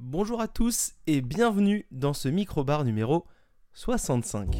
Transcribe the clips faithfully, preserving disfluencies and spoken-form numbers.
Bonjour à tous et bienvenue dans ce microbar numéro soixante-cinq.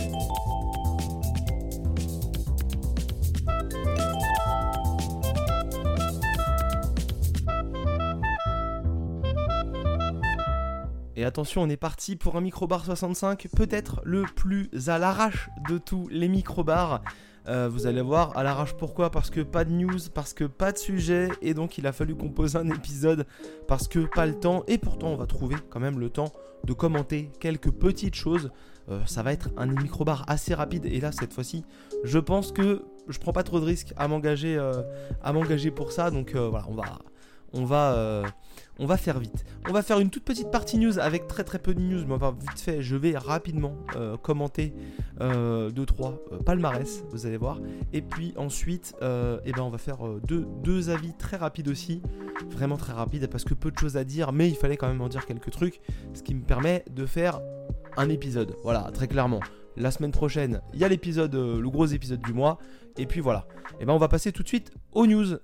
Et attention, on est parti pour un microbar soixante-cinq, peut-être le plus à l'arrache de tous les microbars. Euh, vous allez voir, à l'arrache pourquoi ? Parce que pas de news, parce que pas de sujet, et donc il a fallu composer un épisode, parce que pas le temps, et pourtant on va trouver quand même le temps de commenter quelques petites choses. Euh, ça va être un microbar assez rapide, et là cette fois-ci, je pense que je prends pas trop de risques à m'engager, euh, à m'engager pour ça, donc euh, voilà, on va... On va, euh, on va faire vite. On va faire une toute petite partie news avec très très peu de news, mais enfin vite fait, je vais rapidement euh, commenter euh, deux trois euh, palmarès, vous allez voir. Et puis ensuite, euh, eh ben, on va faire euh, deux, deux avis très rapides aussi, vraiment très rapides, parce que peu de choses à dire, mais il fallait quand même en dire quelques trucs, ce qui me permet de faire un épisode. Voilà, très clairement. La semaine prochaine, il y a l'épisode, euh, le gros épisode du mois, et puis voilà. Et ben on va passer tout de suite aux news.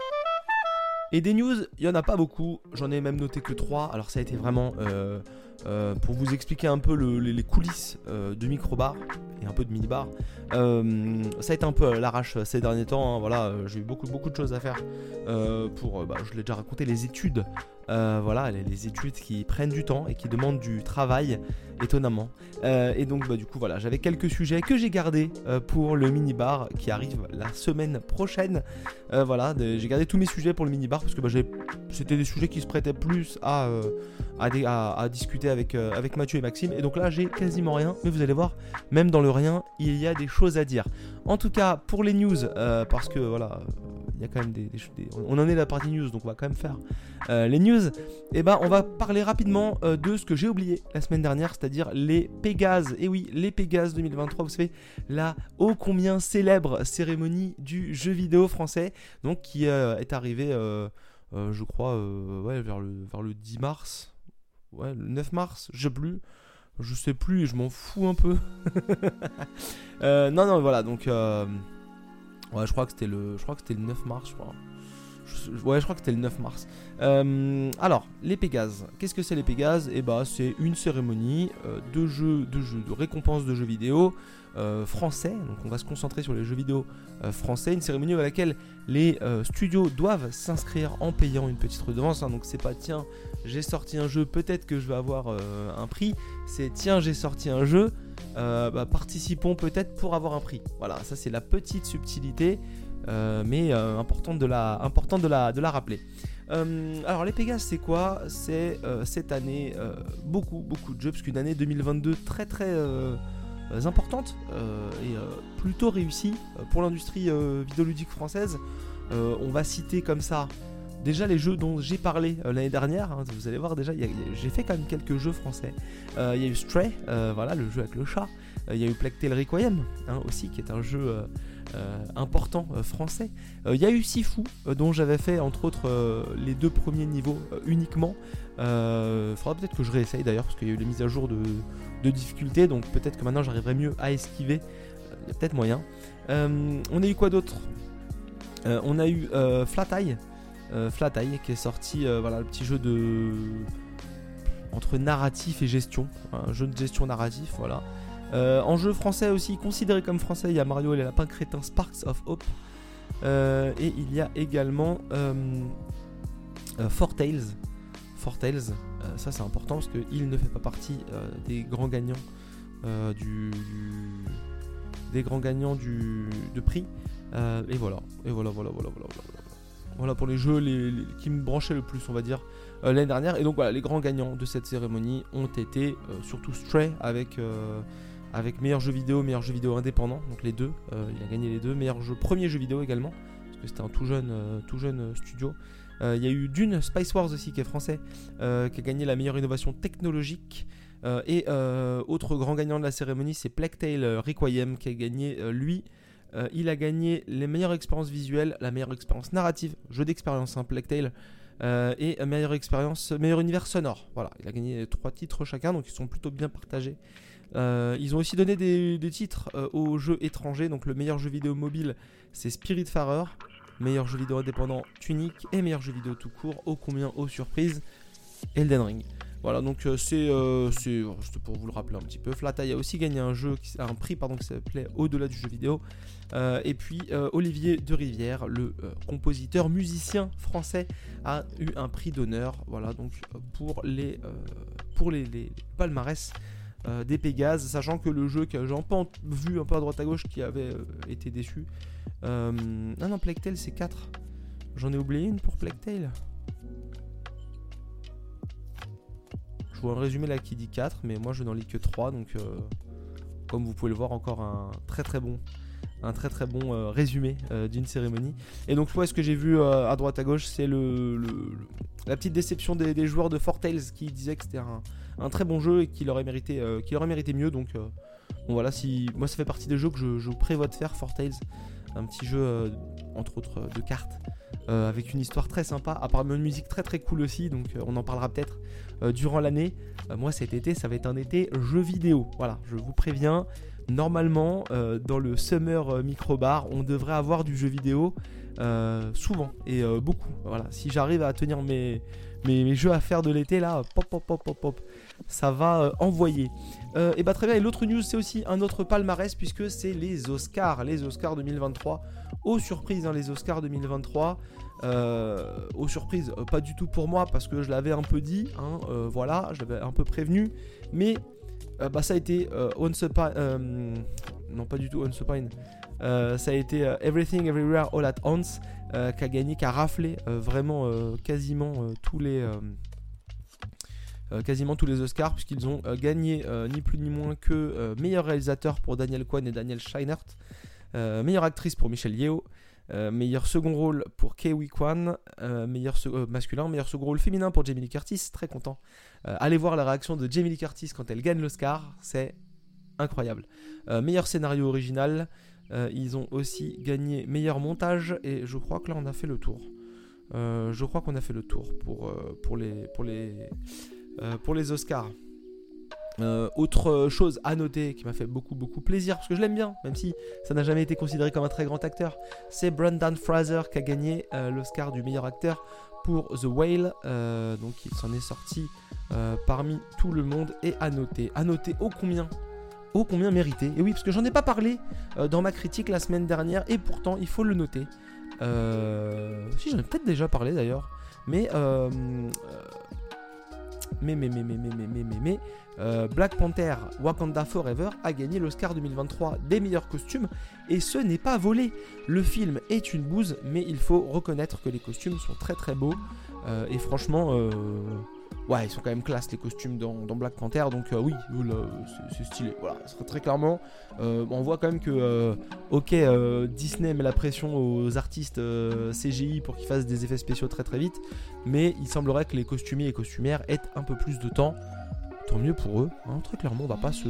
Et des news, il n'y en a pas beaucoup, j'en ai même noté que trois. Alors ça a été vraiment euh, euh, pour vous expliquer un peu le, les, les coulisses euh, de microbar et un peu de minibar. Euh, ça a été un peu l'arrache ces derniers temps, hein, voilà, euh, j'ai eu beaucoup, beaucoup de choses à faire euh, pour, euh, bah, je l'ai déjà raconté, les études. Euh, voilà, les, les études qui prennent du temps et qui demandent du travail, étonnamment. Euh, et donc, bah, du coup, voilà, j'avais quelques sujets que j'ai gardés euh, pour le mini-bar qui arrive la semaine prochaine. Euh, voilà, de, j'ai gardé tous mes sujets pour le mini-bar parce que bah, j'ai, c'était des sujets qui se prêtaient plus à, euh, à, des, à, à discuter avec, euh, avec Mathieu et Maxime. Et donc là, j'ai quasiment rien, mais vous allez voir, même dans le rien, il y a des choses à dire. En tout cas, pour les news, euh, parce que voilà, il y a quand même des, des, des... On en est la partie news, donc on va quand même faire euh, les news. Et ben, on va parler rapidement euh, de ce que j'ai oublié la semaine dernière, c'est-à-dire les Pégases. Et oui, les Pégases deux mille vingt-trois, vous savez, la ô combien célèbre cérémonie du jeu vidéo français, donc qui euh, est arrivée, euh, euh, je crois, euh, ouais, vers le, vers le dix mars, ouais, le neuf mars, je sais plus. Je sais plus, je m'en fous un peu. euh, non, non, voilà, donc... Euh, ouais, je crois que c'était le, je crois que c'était le neuf mars, je crois. Je, ouais, je crois que c'était le neuf mars. Euh, alors, les Pégases. Qu'est-ce que c'est les Pégases ? Eh bah, c'est une cérémonie euh, de jeux, de jeux, de récompense de jeux vidéo euh, français. Donc, on va se concentrer sur les jeux vidéo euh, français. Une cérémonie à laquelle les euh, studios doivent s'inscrire en payant une petite redevance. Hein. Donc, c'est pas tiens, j'ai sorti un jeu, peut-être que je vais avoir euh, un prix. C'est tiens, j'ai sorti un jeu. Euh, bah, participons peut-être pour avoir un prix. Voilà, ça c'est la petite subtilité, euh, mais euh, importante, de la, importante de, la, de la rappeler. Euh, alors les Pégases c'est quoi ? C'est euh, cette année euh, beaucoup beaucoup de jeux, parce qu'une année deux mille vingt-deux très très euh, importante euh, et euh, plutôt réussie pour l'industrie euh, vidéoludique française. Euh, on va citer comme ça déjà les jeux dont j'ai parlé euh, l'année dernière, hein, vous allez voir déjà, y a, y a, j'ai fait quand même quelques jeux français. Il euh, y a eu Stray, euh, voilà, le jeu avec le chat. Il euh, y a eu Plague Tale Requiem, hein, aussi, qui est un jeu euh, euh, important euh, français. Il euh, y a eu Sifu, euh, dont j'avais fait entre autres euh, les deux premiers niveaux euh, uniquement. Il euh, faudra peut-être que je réessaye d'ailleurs, parce qu'il y a eu les mises à jour de, de difficulté, donc peut-être que maintenant j'arriverai mieux à esquiver. Il euh, y a peut-être moyen. Euh, on a eu quoi d'autre ? euh, On a eu euh, Flat Eye. Euh, Flat Eye qui est sorti, euh, voilà, le petit jeu de entre narratif et gestion, un jeu de gestion narratif, voilà. Euh, en jeu français aussi, considéré comme français, il y a Mario et les lapins crétins Sparks of Hope, euh, et il y a également euh, euh, Four Tales. Four Tales, euh, ça c'est important parce qu'il ne fait pas partie euh, des grands gagnants euh, du, du des grands gagnants du de prix. Euh, et voilà, et voilà, voilà, voilà, voilà, voilà. Voilà pour les jeux les, les, qui me branchaient le plus, on va dire, euh, l'année dernière. Et donc voilà, les grands gagnants de cette cérémonie ont été euh, surtout Stray avec, euh, avec meilleur jeu vidéo, meilleur jeu vidéo indépendant. Donc les deux, euh, il a gagné les deux. Meilleur jeu, premier jeu vidéo également, parce que c'était un tout jeune, euh, tout jeune studio. Euh, il y a eu Dune Spice Wars aussi qui est français, euh, qui a gagné la meilleure innovation technologique. Euh, et euh, autre grand gagnant de la cérémonie, c'est Plague Tale Requiem qui a gagné euh, lui. Euh, il a gagné les meilleures expériences visuelles, la meilleure expérience narrative, jeu d'expérience, hein, Plague Tale, euh, et meilleure expérience, meilleur univers sonore. Voilà, il a gagné trois titres chacun, donc ils sont plutôt bien partagés. Euh, ils ont aussi donné des, des titres euh, aux jeux étrangers, donc le meilleur jeu vidéo mobile, c'est Spiritfarer, meilleur jeu vidéo indépendant, Tunic, et meilleur jeu vidéo tout court, ô combien, ô surprise, Elden Ring. Voilà, donc euh, c'est, euh, c'est juste pour vous le rappeler un petit peu. Flataille a aussi gagné un jeu, qui, un prix pardon, qui s'appelait Au-delà du jeu vidéo. Euh, et puis euh, Olivier de Rivière, le euh, compositeur, musicien français, a eu un prix d'honneur. Voilà, donc pour les, euh, pour les, les palmarès euh, des Pégases, sachant que le jeu que j'ai un peu vu un peu à droite à gauche qui avait euh, été déçu. Euh, ah non, Plague Tale c'est quatre. J'en ai oublié une pour Plague Tale. Je vois un résumé là qui dit quatre, mais moi je n'en lis que trois, donc euh, comme vous pouvez le voir, encore un très très bon un très très bon euh, résumé euh, d'une cérémonie. Et donc ouais, ce que j'ai vu euh, à droite à gauche, c'est le, le, le la petite déception des, des joueurs de Four Tales qui disaient que c'était un, un très bon jeu et qu'il aurait mérité euh, qu'il aurait mérité mieux. Donc euh, bon voilà, si moi ça fait partie des jeux que je, je prévois de faire, Four Tales, un petit jeu euh, entre autres euh, de cartes. Euh, avec une histoire très sympa, apparemment une musique très très cool aussi, donc euh, on en parlera peut-être euh, durant l'année. Euh, moi cet été ça va être un été jeu vidéo, voilà, je vous préviens. Normalement euh, dans le Summer Microbar on devrait avoir du jeu vidéo euh, souvent et euh, beaucoup, voilà. Si j'arrive à tenir mes, mes, mes jeux à faire de l'été là, pop pop pop pop pop, ça va euh, envoyer. Euh, et bah très bien, et l'autre news c'est aussi un autre palmarès puisque c'est les Oscars, les Oscars deux mille vingt-trois. Aux surprises, hein, les Oscars deux mille vingt-trois, euh, aux surprises, euh, pas du tout pour moi parce que je l'avais un peu dit, hein, euh, voilà, je l'avais un peu prévenu, mais euh, bah, ça a été euh, Once Upon, euh, non pas du tout Once Upon, euh, ça a été euh, Everything Everywhere All at Once euh, qui a gagné, qui a raflé euh, vraiment euh, quasiment euh, tous les euh, euh, quasiment tous les Oscars puisqu'ils ont euh, gagné euh, ni plus ni moins que euh, meilleur réalisateur pour Daniel Kwan et Daniel Scheinert. Euh, meilleure actrice pour Michelle Yeoh, euh, meilleur second rôle pour Ke-Huy Quan, euh, meilleur se- euh, masculin, meilleur second rôle féminin pour Jamie Lee Curtis, très content. Euh, allez voir la réaction de Jamie Lee Curtis quand elle gagne l'Oscar, c'est incroyable. Euh, meilleur scénario original, euh, ils ont aussi gagné meilleur montage et je crois que là on a fait le tour. Euh, je crois qu'on a fait le tour pour, euh, pour, les, pour, les, euh, pour les Oscars. Euh, autre chose à noter qui m'a fait beaucoup beaucoup plaisir parce que je l'aime bien même si ça n'a jamais été considéré comme un très grand acteur, c'est Brendan Fraser qui a gagné euh, l'Oscar du meilleur acteur pour The Whale, euh, donc il s'en est sorti euh, parmi tout le monde. Et à noter, à noter ô combien ô combien mérité, et oui parce que j'en ai pas parlé euh, dans ma critique la semaine dernière et pourtant il faut le noter, euh, si j'en ai peut-être déjà parlé d'ailleurs, mais euh, mais mais mais mais mais mais mais mais, mais Euh, Black Panther Wakanda Forever a gagné l'Oscar deux mille vingt-trois des meilleurs costumes et ce n'est pas volé. Le film est une bouse mais il faut reconnaître que les costumes sont très très beaux euh, et franchement euh, ouais ils sont quand même classe les costumes dans, dans Black Panther, donc euh, oui là, c'est, c'est stylé, voilà, très clairement euh, on voit quand même que euh, ok euh, Disney met la pression aux artistes euh, C G I pour qu'ils fassent des effets spéciaux très très vite, mais il semblerait que les costumiers et costumières aient un peu plus de temps. Tant mieux pour eux, hein, très clairement on va pas se,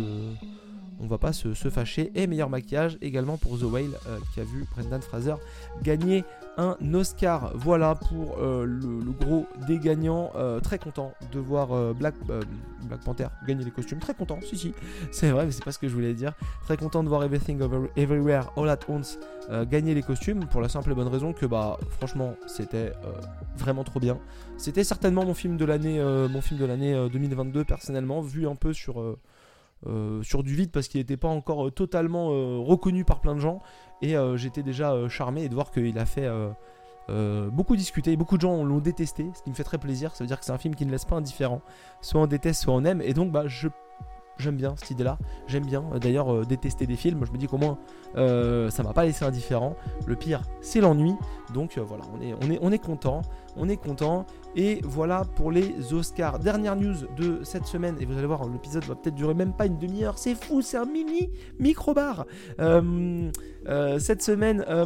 on va pas se, se fâcher. Et meilleur maquillage également pour The Whale euh, qui a vu Brendan Fraser gagner un Oscar. Voilà pour euh, le, le gros des gagnants. Euh, très content de voir euh, Black, euh, Black Panther gagner les costumes. Très content, si si, c'est vrai mais c'est pas ce que je voulais dire. Très content de voir Everything Everywhere All at Once euh, gagner les costumes pour la simple et bonne raison que bah franchement c'était euh, vraiment trop bien. C'était certainement mon film de l'année, euh, mon film de l'année euh, deux mille vingt-deux personnellement, vu un peu sur euh, euh, sur du vide parce qu'il n'était pas encore euh, totalement euh, reconnu par plein de gens et euh, j'étais déjà euh, charmé et de voir qu'il a fait euh, euh, beaucoup discuter, beaucoup de gens l'ont détesté, ce qui me fait très plaisir. Ça veut dire que c'est un film qui ne laisse pas indifférent, soit on déteste soit on aime, et donc bah je J'aime bien cette idée-là, j'aime bien euh, d'ailleurs euh, détester des films, je me dis qu'au moins euh, ça m'a pas laissé indifférent. Le pire c'est l'ennui, donc euh, voilà, on est, on est, on est content, on est content. Et voilà pour les Oscars. Dernière news de cette semaine, et vous allez voir, l'épisode va peut-être durer même pas une demi-heure, c'est fou, c'est un mini micro-bar. Euh, euh, cette semaine... Euh,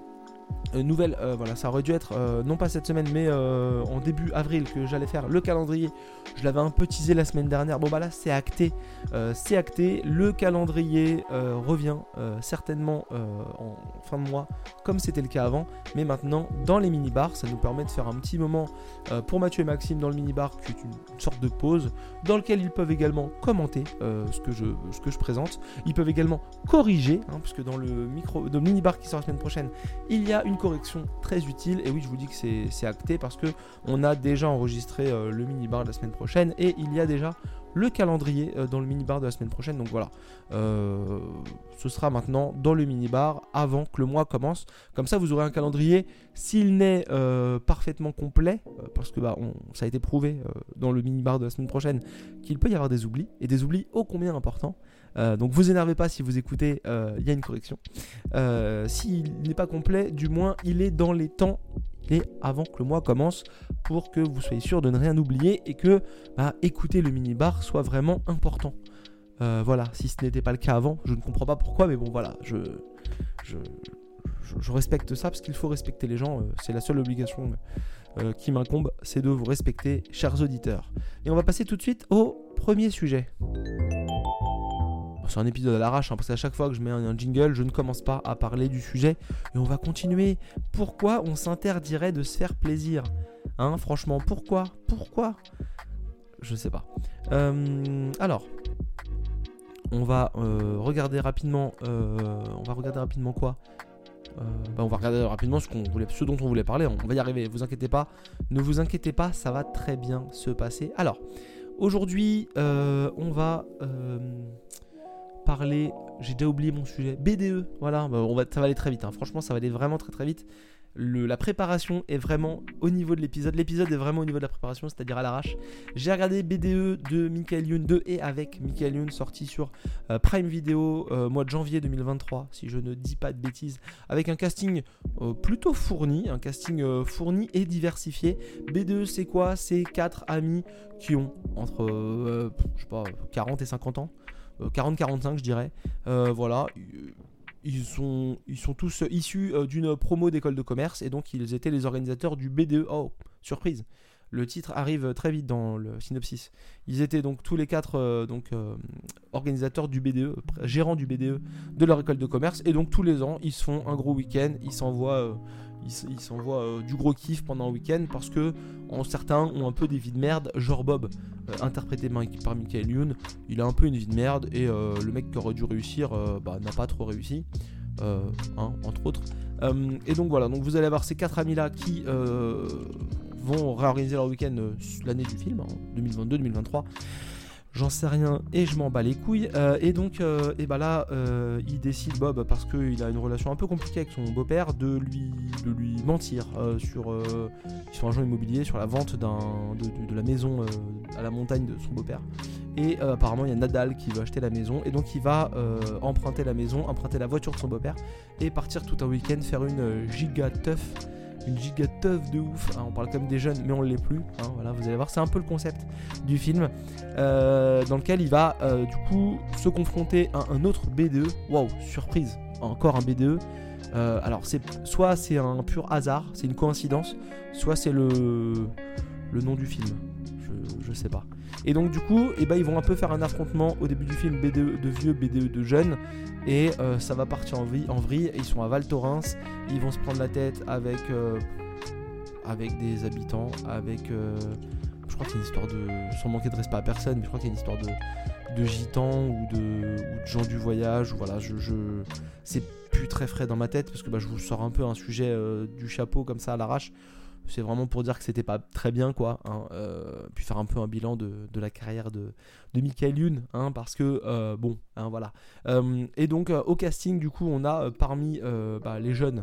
Euh, nouvelle, euh, voilà, ça aurait dû être euh, non pas cette semaine mais euh, en début avril que j'allais faire le calendrier. Je l'avais un peu teasé la semaine dernière. Bon bah là c'est acté, euh, c'est acté. Le calendrier euh, revient euh, certainement euh, en fin de mois comme c'était le cas avant, mais maintenant dans les mini-bars. Ça nous permet de faire un petit moment euh, pour Mathieu et Maxime dans le mini-bar qui est une, une sorte de pause dans lequel ils peuvent également commenter euh, ce, que je, ce que je présente. Ils peuvent également corriger, hein, parce que dans le, micro, dans le mini-bar qui sort la semaine prochaine, il y a une une correction très utile. Et oui, je vous dis que c'est, c'est acté parce que on a déjà enregistré euh, le mini-bar de la semaine prochaine et il y a déjà le calendrier euh, dans le mini-bar de la semaine prochaine. Donc voilà, euh, ce sera maintenant dans le mini-bar avant que le mois commence. Comme ça, vous aurez un calendrier. S'il n'est euh, parfaitement complet, euh, parce que bah, on, ça a été prouvé euh, dans le mini-bar de la semaine prochaine qu'il peut y avoir des oublis, et des oublis ô combien importants. Euh, donc vous énervez pas si vous écoutez, il euh, y a une correction. Euh, s'il n'est pas complet, du moins il est dans les temps, il est avant que le mois commence pour que vous soyez sûr de ne rien oublier et que bah, écouter le mini-bar soit vraiment important. Euh, voilà, si ce n'était pas le cas avant, je ne comprends pas pourquoi, mais bon voilà, je, je, je, je respecte ça parce qu'il faut respecter les gens, euh, c'est la seule obligation euh, qui m'incombe, c'est de vous respecter, chers auditeurs. Et on va passer tout de suite au premier sujet. C'est un épisode à l'arrache, hein, parce qu'à chaque fois que je mets un, un jingle, je ne commence pas à parler du sujet. Et on va continuer. Pourquoi on s'interdirait de se faire plaisir, hein, franchement, pourquoi Pourquoi Je sais pas. Euh, alors, on va euh, regarder rapidement. Euh, on va regarder rapidement quoi euh, bah on va regarder rapidement ce, qu'on voulait, ce dont on voulait parler. On va y arriver, vous inquiétez pas. Ne vous inquiétez pas, ça va très bien se passer. Alors, aujourd'hui, euh, on va... Euh, parler, j'ai déjà oublié mon sujet, B D E, voilà, bah on va, ça va aller très vite, hein. Franchement ça va aller vraiment très très vite. Le, la préparation est vraiment au niveau de l'épisode, l'épisode est vraiment au niveau de la préparation, c'est-à-dire à l'arrache. J'ai regardé B D E de Michael Youn, de et avec Michael Youn, sorti sur euh, Prime Video, euh, mois de janvier deux mille vingt-trois, si je ne dis pas de bêtises, avec un casting euh, plutôt fourni, un casting euh, fourni et diversifié. B D E c'est quoi? C'est quatre amis qui ont entre, euh, je sais pas, quarante et cinquante ans. quarante à quarante-cinq je dirais, euh, voilà, ils sont, ils sont tous issus euh, d'une promo d'école de commerce et donc ils étaient les organisateurs du B D E. Oh, surprise, le titre arrive très vite dans le synopsis. Ils étaient donc tous les quatre euh, donc, euh, organisateurs du B D E, gérants du B D E de leur école de commerce et donc tous les ans ils se font un gros week-end, ils s'envoient... Euh, Ils, ils s'envoient euh, du gros kiff pendant un week-end parce que en, certains ont un peu des vies de merde, genre Bob, euh, interprété par, par Michael Youn. Il a un peu une vie de merde et euh, le mec qui aurait dû réussir euh, bah, n'a pas trop réussi, euh, hein, entre autres. Euh, et donc voilà, donc vous allez avoir ces quatre amis là qui euh, vont réorganiser leur week-end euh, l'année du film, hein, deux mille vingt-deux deux mille vingt-trois. J'en sais rien et je m'en bats les couilles. Euh, et donc, euh, et bah là, euh, il décide, Bob, parce qu'il a une relation un peu compliquée avec son beau-père, de lui, de lui mentir euh, sur, euh, sur un agent immobilier, sur la vente d'un, de, de, de la maison euh, à la montagne de son beau-père. Et euh, apparemment, il y a Nadal qui veut acheter la maison. Et donc, il va euh, emprunter la maison, emprunter la voiture de son beau-père et partir tout un week-end faire une giga teuf. Une giga teuf de ouf, hein, on parle comme des jeunes mais on ne l'est plus, hein, voilà, vous allez voir, c'est un peu le concept du film euh, dans lequel il va euh, du coup se confronter à un autre B D E. Waouh, surprise, encore un B D E. Euh, alors c'est, soit c'est un pur hasard, c'est une coïncidence, soit c'est le, le nom du film, je, je sais pas. Et donc du coup, eh ben, ils vont un peu faire un affrontement au début du film, B D E de vieux, B D E de jeunes. Et euh, ça va partir en vrille, en vrille. Ils sont à Val Thorens. Ils vont se prendre la tête avec, euh, avec des habitants, avec... Euh, je crois qu'il y a une histoire de... Sans manquer de respect à personne, mais je crois qu'il y a une histoire de, de gitans ou de, ou de gens du voyage. Ou voilà, je, je... C'est plus très frais dans ma tête parce que bah, je vous sors un peu un sujet euh, du chapeau comme ça à l'arrache. C'est vraiment pour dire que c'était pas très bien, quoi. Hein, euh, puis faire un peu un bilan de, de la carrière de, de Michael Youn, hein, parce que, euh, bon, hein, voilà. Euh, et donc, euh, au casting, du coup, on a euh, parmi euh, bah, les jeunes,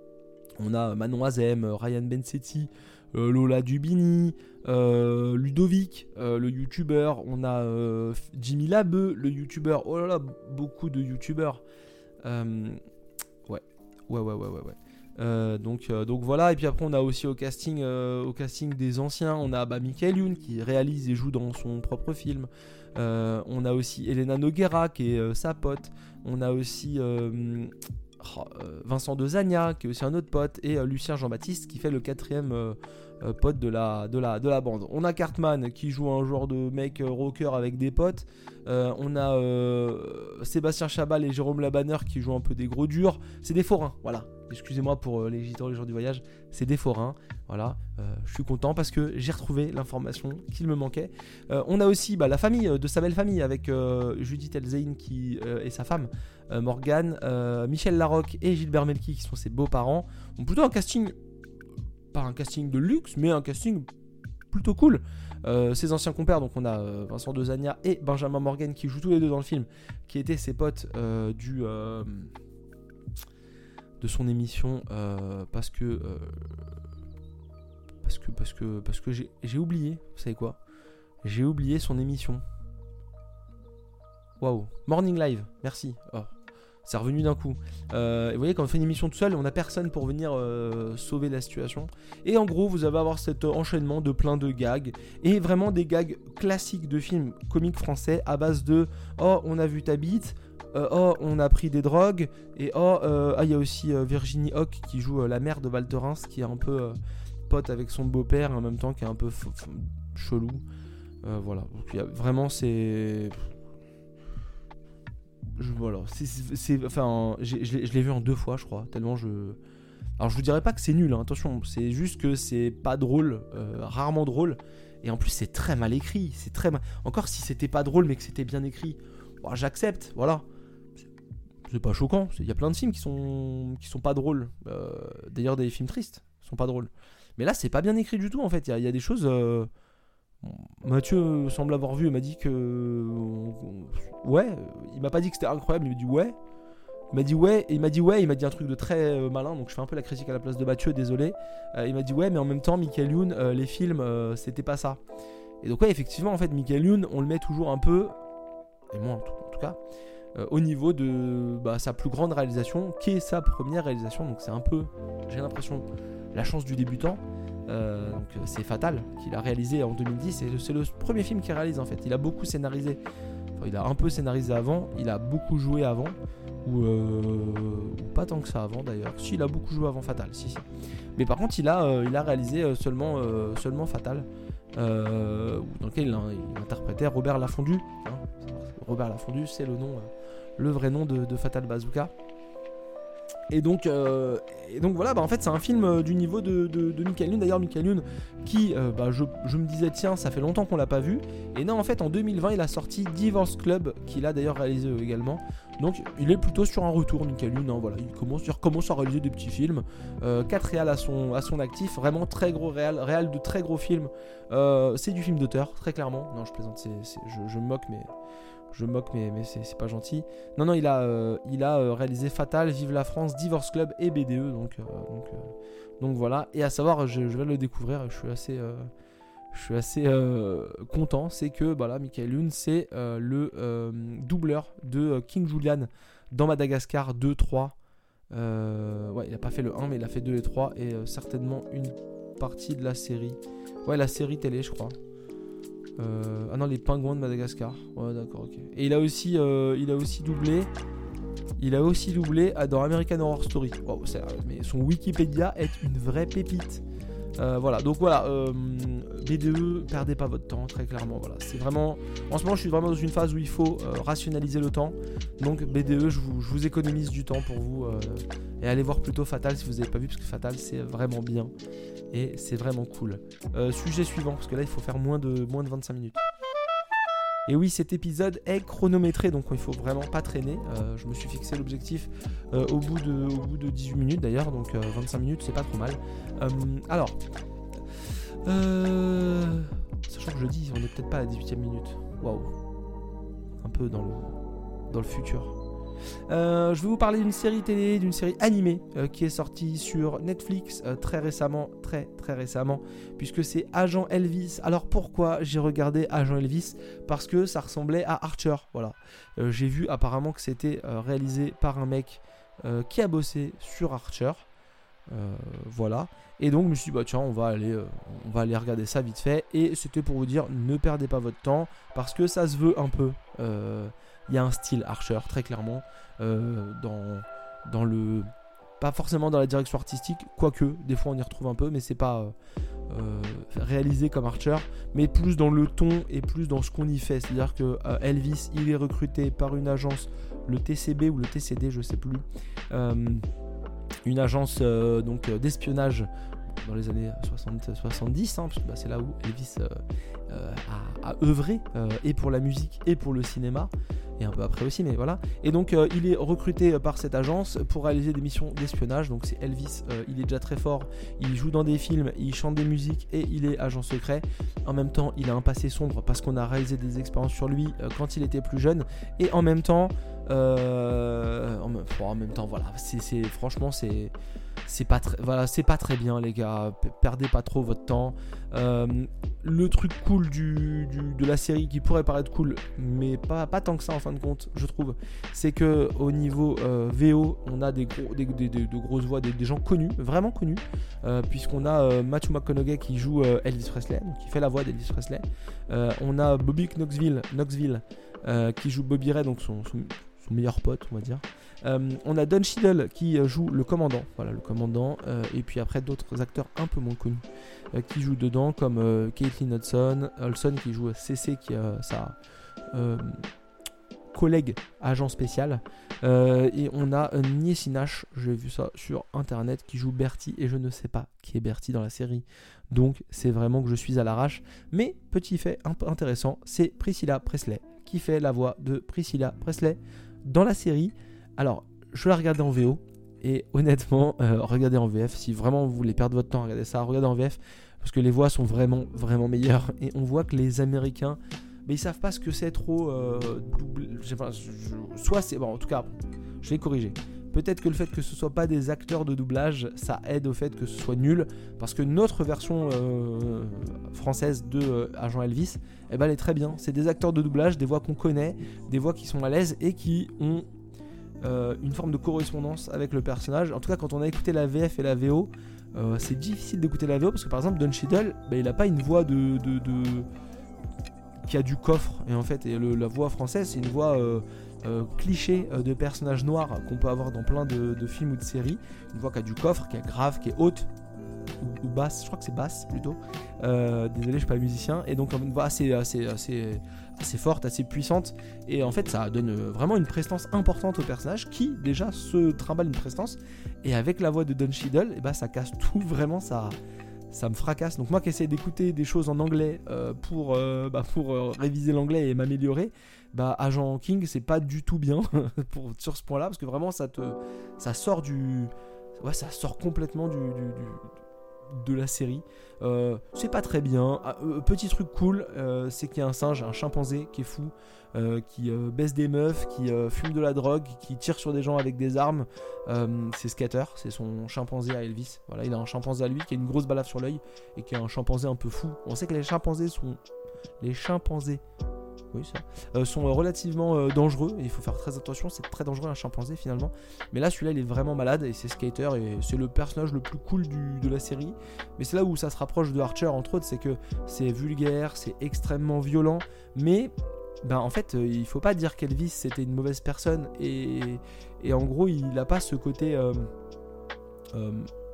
on a Manon Azem, Ryan Bensetti, euh, Lola Dubini, euh, Ludovic, euh, le youtubeur. On a euh, Jimmy Labeu, le youtubeur. Oh là là, beaucoup de youtubeurs. Euh, ouais, ouais, ouais, ouais, ouais, ouais. Euh, donc, euh, donc voilà, et puis après on a aussi au casting, euh, au casting des anciens, on a bah, Michael Youn qui réalise et joue dans son propre film, euh, on a aussi Elena Noguera qui est euh, sa pote, on a aussi euh, oh, euh, Vincent de Zagna qui est aussi un autre pote, et euh, Lucien Jean-Baptiste qui fait le quatrième, euh, euh, pote de la, de, la, de la bande. On a Cartman qui joue un genre de mec euh, rocker avec des potes. Euh, on a euh, Sébastien Chabal et Jérôme Labanner qui jouent un peu des gros durs. C'est des forains, voilà. Excusez-moi pour euh, les gitans, les gens du voyage. C'est des forains, voilà. Euh, je suis content parce que j'ai retrouvé l'information qu'il me manquait. Euh, on a aussi bah, la famille, euh, de sa belle famille, avec euh, Judith Elzein qui, euh, et sa femme, euh, Morgane, euh, Michel Larocque et Gilbert Melki qui sont ses beaux-parents. Donc plutôt un casting, pas un casting de luxe, mais un casting plutôt cool. Euh, ses anciens compères, donc on a euh, Vincent Dezania et Benjamin Morgan qui jouent tous les deux dans le film, qui étaient ses potes euh, du euh, de son émission euh, parce que euh, parce que parce que parce que j'ai, j'ai oublié, vous savez quoi, j'ai oublié son émission. Waouh, Morning Live, merci. Oh. C'est revenu d'un coup. Euh, vous voyez, quand on fait une émission tout seul, on n'a personne pour venir euh, sauver la situation. Et en gros, vous allez avoir cet enchaînement de plein de gags. Et vraiment des gags classiques de films comiques français à base de « Oh, on a vu ta bite euh, »,« Oh, on a pris des drogues » et « Oh, euh, ah, il y a aussi euh, Virginie Hoc qui joue euh, la mère de Val Thorens, qui est un peu euh, pote avec son beau-père et en même temps qui est un peu f- f- chelou. Euh, voilà. Donc, il y a, vraiment, c'est... Je, voilà, c'est, c'est, c'est, enfin, j'ai, je, l'ai, je l'ai vu en deux fois, je crois, tellement je... Alors, je vous dirais pas que c'est nul, hein, attention, c'est juste que c'est pas drôle, euh, rarement drôle, et en plus, c'est très mal écrit, c'est très mal... Encore si c'était pas drôle, mais que c'était bien écrit, bon, j'accepte, voilà. C'est, c'est pas choquant, il y a plein de films qui sont, qui sont pas drôles, euh, d'ailleurs, des films tristes sont pas drôles. Mais là, c'est pas bien écrit du tout, en fait, il y a, il y a des choses... Euh... Mathieu semble avoir vu et m'a dit que ouais, il m'a pas dit que c'était incroyable, il m'a dit ouais, il m'a dit ouais et il m'a dit ouais, il m'a dit un truc de très euh, malin, donc je fais un peu la critique à la place de Mathieu, désolé. Euh, il m'a dit ouais, mais en même temps Michael Youn, euh, les films euh, c'était pas ça. Et donc ouais, effectivement en fait Michael Youn, on le met toujours un peu, et moi en tout, en tout cas, euh, au niveau de bah, sa plus grande réalisation, qui est sa première réalisation, donc c'est un peu, j'ai l'impression, la chance du débutant. Euh, donc c'est Fatal qu'il a réalisé en deux mille dix et c'est le premier film qu'il réalise en fait. Il a beaucoup scénarisé, enfin, il a un peu scénarisé avant, il a beaucoup joué avant ou, euh, ou pas tant que ça avant d'ailleurs. Si, il a beaucoup joué avant Fatal, si si. Mais par contre il a, euh, il a réalisé seulement, euh, seulement Fatal, euh, dans lequel il, il interprétait Robert Lafondu. Hein. Robert Lafondu, c'est le nom, euh, le vrai nom de, de Fatal Bazooka. Et donc, euh, et donc voilà, bah en fait c'est un film euh, du niveau de, de, de Michael Youn. D'ailleurs Michael Youn qui, euh, bah, je, je me disais tiens ça fait longtemps qu'on l'a pas vu. Et non en fait en deux mille vingt il a sorti Divorce Club qu'il a d'ailleurs réalisé euh, également. Donc il est plutôt sur un retour Michael Youn, hein, voilà, il, commence, il recommence à réaliser des petits films. Euh, quatre réals à son, à son actif, vraiment très gros réal, réal de très gros films. Euh, c'est du film d'auteur très clairement. Non je plaisante, c'est, c'est, je, je me moque mais... Je moque, mais, mais c'est, c'est pas gentil. Non, non, il a, euh, il a euh, réalisé Fatal, Vive la France, Divorce Club et B D E. Donc, euh, donc, euh, donc voilà. Et à savoir, je, je vais le découvrir. Je suis assez, euh, je suis assez euh, content. C'est que bah là, Michael Youn, c'est euh, le euh, doubleur de euh, King Julian dans Madagascar deux, trois. Euh, ouais, il a pas fait le un, mais il a fait deux et trois. Et euh, certainement une partie de la série. Ouais, la série télé, je crois. Euh, ah non, les pingouins de Madagascar. Ouais, d'accord, ok. Et il a aussi, euh, il a aussi doublé. Il a aussi doublé dans American Horror Story. Wow, c'est, mais son Wikipédia est une vraie pépite. Euh, voilà, donc voilà. Euh, B D E, perdez pas votre temps, très clairement. Voilà, c'est vraiment. En ce moment, je suis vraiment dans une phase où il faut euh, rationaliser le temps. Donc B D E, je vous, je vous économise du temps pour vous. Euh, et allez voir plutôt Fatal si vous n'avez pas vu, parce que Fatal, c'est vraiment bien. Et c'est vraiment cool. Euh, sujet suivant, parce que là il faut faire moins de, moins de vingt-cinq minutes. Et oui, cet épisode est chronométré, donc il faut vraiment pas traîner. Euh, je me suis fixé l'objectif euh, au, bout de, au bout de dix-huit minutes d'ailleurs, donc euh, vingt-cinq minutes c'est pas trop mal. Euh, alors, euh, sachant que je dis, on est peut-être pas à la dix-huitième minute. Waouh, un peu dans le, dans le futur. Euh, je vais vous parler d'une série télé, d'une série animée euh, qui est sortie sur Netflix euh, très récemment, très très récemment, puisque c'est Agent Elvis. Alors pourquoi j'ai regardé Agent Elvis ? Parce que ça ressemblait à Archer, voilà. Euh, j'ai vu apparemment que c'était euh, réalisé par un mec euh, qui a bossé sur Archer, euh, voilà. Et donc je me suis dit bah tiens on va aller, euh, on va aller regarder ça vite fait. Et c'était pour vous dire ne perdez pas votre temps parce que ça se veut un peu. Euh, Il y a un style Archer, très clairement, euh, dans, dans le... Pas forcément dans la direction artistique, quoique, des fois on y retrouve un peu, mais c'est pas, euh, euh, réalisé comme Archer, mais plus dans le ton et plus dans ce qu'on y fait. C'est-à-dire que euh, Elvis, il est recruté par une agence, le T C B ou le T C D, je sais plus, euh, une agence euh, donc euh, d'espionnage dans les années soixante soixante-dix, hein, parce que bah, c'est là où Elvis euh, euh, a, a œuvré, euh, et pour la musique et pour le cinéma, et un peu après aussi, mais voilà. Et donc euh, il est recruté par cette agence pour réaliser des missions d'espionnage. Donc c'est Elvis, euh, il est déjà très fort, il joue dans des films, il chante des musiques et il est agent secret. En même temps, il a un passé sombre parce qu'on a réalisé des expériences sur lui euh, quand il était plus jeune. Et en même temps, euh, en, même, en même temps, voilà, c'est, c'est franchement c'est c'est pas très, voilà, c'est pas très bien les gars. Perdez pas trop votre temps. Euh, le truc cool du, du, de la série qui pourrait paraître cool, mais pas, pas tant que ça en fin de compte, je trouve, c'est que au niveau euh, V O, on a des, gros, des, des, des de grosses voix, des, des gens connus, vraiment connus, euh, puisqu'on a euh, Matthew McConaughey qui joue euh, Elvis Presley, donc qui fait la voix d'Elvis Presley. Euh, on a Bobby Knoxville, Knoxville euh, qui joue Bobby Ray, donc son, son, son meilleur pote, on va dire. Euh, on a Don Cheadle qui euh, joue le commandant, voilà le commandant, euh, et puis après d'autres acteurs un peu moins connus euh, qui jouent dedans, comme euh, Caitlin Hudson, Olson qui joue C C, qui est euh, sa euh, collègue agent spécial, euh, et on a euh, Niecy Nash, j'ai vu ça sur internet, qui joue Bertie, et je ne sais pas qui est Bertie dans la série, donc c'est vraiment que je suis à l'arrache. Mais petit fait un peu intéressant, c'est Priscilla Presley qui fait la voix de Priscilla Presley dans la série. Alors, je l'ai regardé en V O, et honnêtement, euh, regardez en V F, si vraiment vous voulez perdre votre temps à regarder ça, regardez en V F, parce que les voix sont vraiment, vraiment meilleures, et on voit que les Américains, mais ils savent pas ce que c'est trop euh, double, enfin, je, je, soit c'est, bon en tout cas, je vais corriger, peut-être que le fait que ce soit pas des acteurs de doublage, ça aide au fait que ce soit nul, parce que notre version euh, française de euh, Agent Elvis, eh ben, elle est très bien, c'est des acteurs de doublage, des voix qu'on connaît, des voix qui sont à l'aise, et qui ont Euh, une forme de correspondance avec le personnage. En tout cas, quand on a écouté la V F et la V O, euh, c'est difficile d'écouter la V O parce que par exemple Don Cheadle, bah, il a pas une voix de, de, de... qui a du coffre, et en fait et le, la voix française c'est une voix euh, euh, cliché euh, de personnage noir qu'on peut avoir dans plein de, de films ou de séries, une voix qui a du coffre, qui est grave, qui est haute ou, ou basse, je crois que c'est basse plutôt, euh, désolé je suis pas musicien, et donc une voix assez, assez, assez, assez forte, assez puissante, et en fait ça donne vraiment une prestance importante au personnage qui déjà se trimballe une prestance, et avec la voix de Don Cheadle, et bah, ça casse tout, vraiment ça, ça me fracasse. Donc moi qui essaie d'écouter des choses en anglais euh, pour, euh, bah, pour euh, réviser l'anglais et m'améliorer, bah, Agent King c'est pas du tout bien pour, sur ce point là, parce que vraiment ça te ça sort du ouais ça sort complètement du, du, du de la série. Euh, c'est pas très bien. Ah, euh, petit truc cool, euh, c'est qu'il y a un singe, un chimpanzé qui est fou, euh, qui euh, baisse des meufs, qui euh, fume de la drogue, qui tire sur des gens avec des armes. Euh, c'est Scatter, c'est son chimpanzé à Elvis. Voilà, il a un chimpanzé à lui qui a une grosse balafre sur l'œil et qui est un chimpanzé un peu fou. On sait que les chimpanzés sont les chimpanzés oui, ça. Euh, sont relativement euh, dangereux, et il faut faire très attention, c'est très dangereux un chimpanzé finalement, mais là celui-là il est vraiment malade, et c'est Skater, et c'est le personnage le plus cool du, de la série. Mais c'est là où ça se rapproche de Archer entre autres, c'est que c'est vulgaire, c'est extrêmement violent, mais ben, en fait euh, il faut pas dire qu'Elvis c'était une mauvaise personne, et, et en gros il a pas ce côté euh, euh,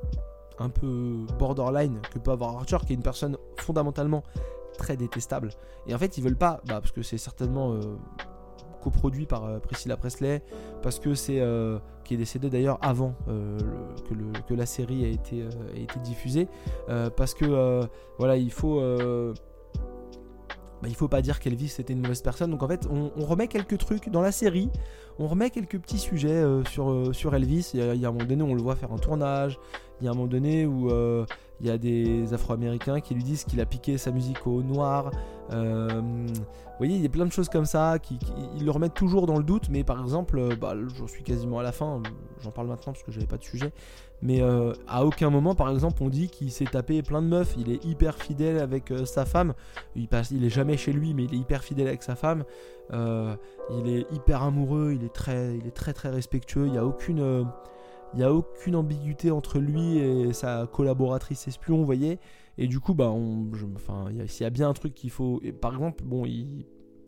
un peu borderline que peut avoir Archer, qui est une personne fondamentalement très détestable. Et en fait ils veulent pas, bah, parce que c'est certainement euh, coproduit par euh, Priscilla Presley, parce que c'est euh, qui est décédée d'ailleurs avant euh, le, que, le, que la série a été, euh, a été diffusée, euh, parce que euh, voilà il faut euh, bah, il faut pas dire qu'Elvis était une mauvaise personne. Donc en fait on, on remet quelques trucs dans la série, on remet quelques petits sujets euh, sur, euh, sur Elvis. Il y, a, il y a un moment donné où on le voit faire un tournage, il y a un moment donné où euh, il y a des Afro-Américains qui lui disent qu'il a piqué sa musique aux Noirs. Euh, vous voyez, il y a plein de choses comme ça qui, qui ils le remettent toujours dans le doute. Mais par exemple, bah, j'en suis quasiment à la fin. J'en parle maintenant parce que j'avais pas de sujet. Mais euh, à aucun moment, par exemple, on dit qu'il s'est tapé plein de meufs. Il est hyper fidèle avec euh, sa femme. Il passe, il est jamais chez lui, mais il est hyper fidèle avec sa femme. Euh, il est hyper amoureux. Il est très, il est très très respectueux. Il y a aucune euh, Il n'y a aucune ambiguïté entre lui et sa collaboratrice espion, vous voyez. Et du coup, bah, on, je, enfin, il y, y a bien un truc qu'il faut. Et par exemple, bon, il,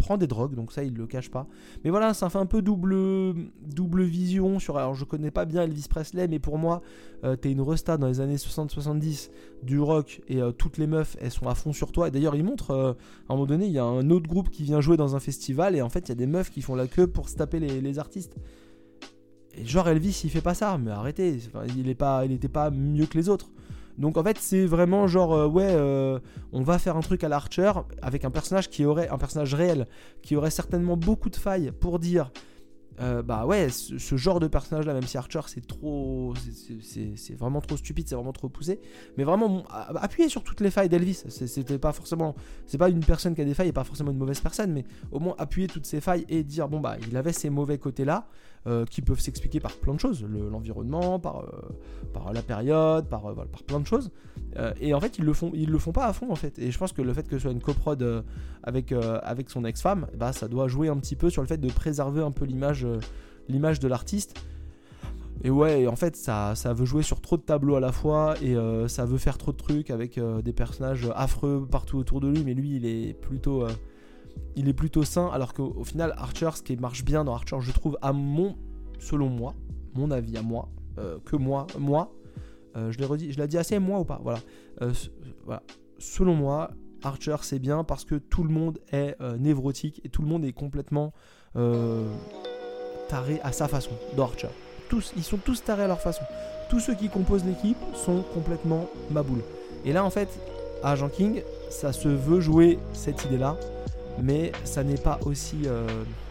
prend des drogues, donc ça il le cache pas. Mais voilà, ça fait un peu double, double vision sur. Alors je connais pas bien Elvis Presley, mais pour moi, euh, t'es une resta dans les années soixante soixante-dix du rock et euh, toutes les meufs elles sont à fond sur toi. Et d'ailleurs, il montre euh, à un moment donné, il y a un autre groupe qui vient jouer dans un festival et en fait, il y a des meufs qui font la queue pour se taper les, les artistes. Et genre Elvis, il fait pas ça, mais arrêtez, enfin, il est pas, il était pas mieux que les autres. Donc en fait c'est vraiment genre euh, ouais euh, on va faire un truc à l'Archer avec un personnage qui aurait un personnage réel qui aurait certainement beaucoup de failles pour dire euh, bah ouais ce, ce genre de personnage là, même si Archer c'est trop c'est, c'est, c'est vraiment trop stupide, c'est vraiment trop poussé, mais vraiment appuyer sur toutes les failles d'Elvis. C'est, c'était pas forcément, c'est pas une personne qui a des failles et pas forcément une mauvaise personne, mais au moins appuyer toutes ces failles et dire bon bah il avait ces mauvais côtés là euh, qui peuvent s'expliquer par plein de choses, le, l'environnement, par, euh, par la période, par, euh, voilà, par plein de choses, euh, et en fait ils le font ils le font pas à fond en fait. Et je pense que le fait que ce soit une coprod euh, avec, euh, avec son ex-femme, bah ça doit jouer un petit peu sur le fait de préserver un peu l'image euh, l'image de l'artiste. Et ouais, en fait ça, ça veut jouer sur trop de tableaux à la fois et euh, ça veut faire trop de trucs avec euh, des personnages affreux partout autour de lui, mais lui il est plutôt euh, il est plutôt sain, alors qu'au au final Archer, ce qui marche bien dans Archer, je trouve, à mon selon moi, mon avis à moi, euh, que moi moi euh, je l'ai redit, je l'ai dit assez moi ou pas, voilà, euh, voilà. Selon moi Archer c'est bien parce que tout le monde est euh, névrotique et tout le monde est complètement euh, taré à sa façon dans Archer. Tous, ils sont tous tarés à leur façon. Tous ceux qui composent l'équipe sont complètement maboules. Et là en fait, Agent King, ça se veut jouer cette idée-là, mais ça n'est pas aussi euh,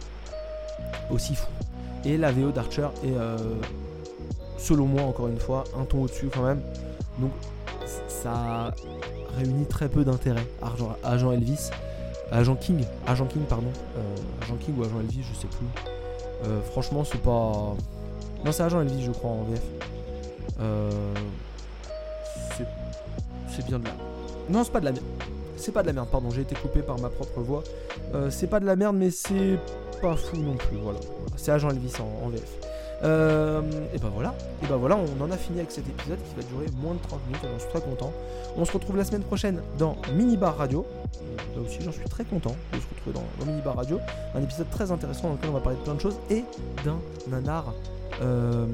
aussi fou. Et la V O d'Archer est, euh, selon moi encore une fois, un ton au-dessus quand même. Donc ça réunit très peu d'intérêt. Agent, Agent Elvis, Agent King, Agent King pardon, euh, Agent King ou Agent Elvis, je sais plus. Euh, franchement, c'est pas. Non, c'est Agent Elvis, je crois en V F. Euh... C'est... c'est bien de la. Non, c'est pas de la merde. C'est pas de la merde, pardon, j'ai été coupé par ma propre voix. Euh, c'est pas de la merde, mais c'est pas fou non plus. Voilà, c'est Agent Elvis en, en V F. Euh, et ben voilà, et ben voilà, on en a fini avec cet épisode qui va durer moins de trente minutes, j'en suis très content. On se retrouve la semaine prochaine dans Minibar Radio. Là aussi j'en suis très content de se retrouver dans, dans Minibar Radio. Un épisode très intéressant dans lequel on va parler de plein de choses et d'un nanar. Euh,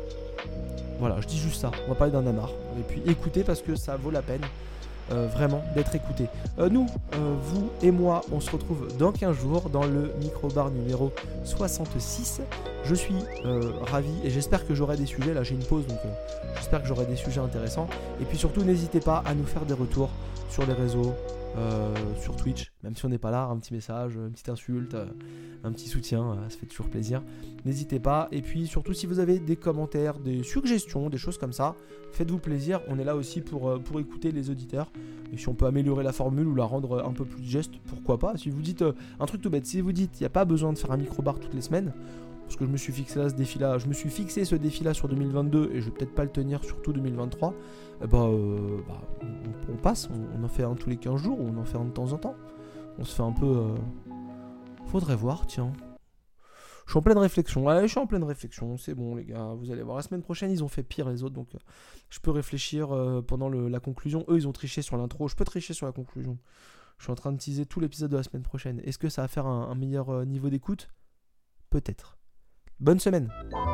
voilà, je dis juste ça, on va parler d'un nanar. Et puis écoutez parce que ça vaut la peine. Euh, vraiment d'être écouté. Euh, nous, euh, vous et moi, on se retrouve dans quinze jours dans le micro-bar numéro soixante-six. Je suis euh, ravi et j'espère que j'aurai des sujets. Là, j'ai une pause, donc euh, j'espère que j'aurai des sujets intéressants. Et puis surtout, n'hésitez pas à nous faire des retours sur les réseaux, euh, sur Twitch, même si on n'est pas là, un petit message, une petite insulte, euh, un petit soutien, euh, ça fait toujours plaisir. N'hésitez pas. Et puis surtout, si vous avez des commentaires, des suggestions, des choses comme ça, faites-vous plaisir. On est là aussi pour, euh, pour écouter les auditeurs. Et si on peut améliorer la formule ou la rendre un peu plus digeste, pourquoi pas. Si vous dites euh, un truc tout bête, si vous dites il n'y a pas besoin de faire un micro-bar toutes les semaines, parce que je me suis fixé là ce défi-là, je me suis fixé ce défi-là sur deux mille vingt-deux et je vais peut-être pas le tenir surtout deux mille vingt-trois. Eh bah, euh, bah on, on passe, on, on en fait un tous les quinze jours, ou on en fait un de temps en temps. On se fait un peu. Euh... Faudrait voir, tiens. Je suis en pleine réflexion. Ouais, je suis en pleine réflexion. C'est bon, les gars. Vous allez voir. La semaine prochaine, ils ont fait pire les autres. Donc, euh, je peux réfléchir euh, pendant le, la conclusion. Eux, ils ont triché sur l'intro. Je peux tricher sur la conclusion. Je suis en train de teaser tout l'épisode de la semaine prochaine. Est-ce que ça va faire un, un meilleur euh, niveau d'écoute ? Peut-être. Bonne semaine.